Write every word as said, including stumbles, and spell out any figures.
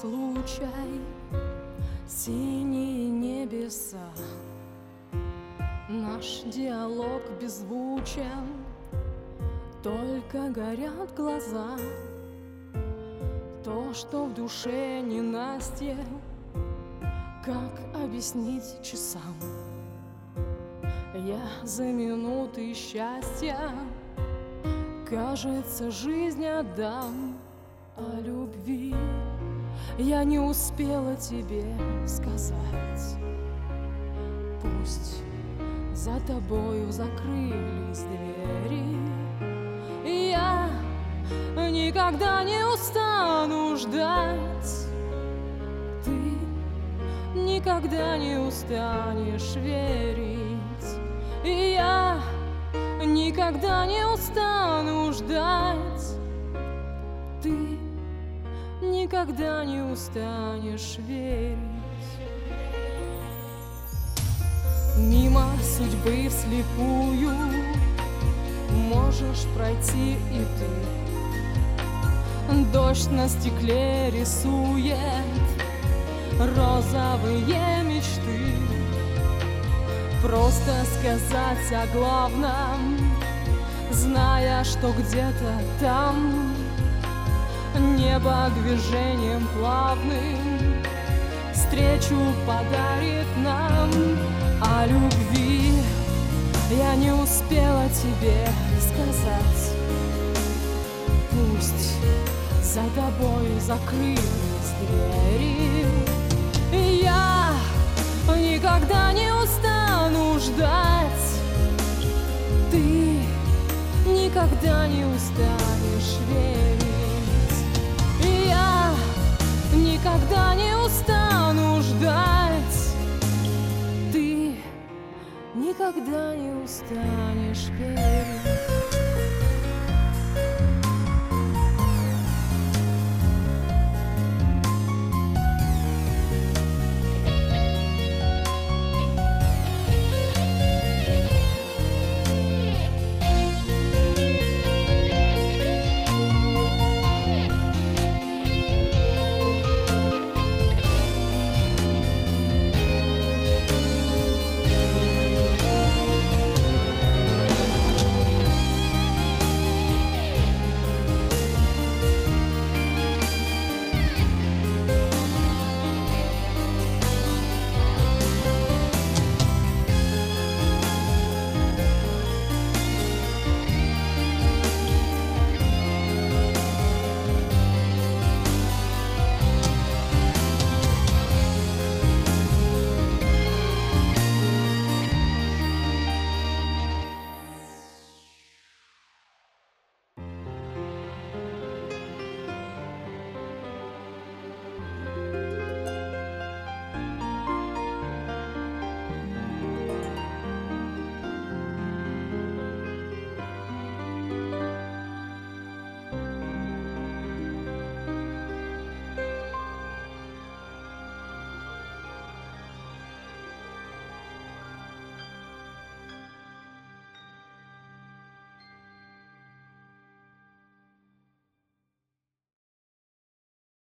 случай, синие небеса. Наш диалог беззвучен, только горят глаза. То, что в душе ненастье, как объяснить часам? Я за минуты счастья, кажется, жизнь отдам. О любви я не успела тебе сказать. Пусть за тобою закрылись двери, и я никогда не устану ждать. Ты никогда не устанешь верить, и я никогда не устану ждать. Ты никогда не устанешь верить. Мимо судьбы вслепую можешь пройти и ты. Дождь на стекле рисует розовые мечты. Просто сказать о главном, зная, что где-то там небо движением плавным встречу подарит нам. О любви я не успела тебе сказать. Пусть за тобою закрылись двери, и я никогда не устану ждать. Ты никогда не устанешь верить, и я никогда не устану ждать. Ты никогда не устанешь верить.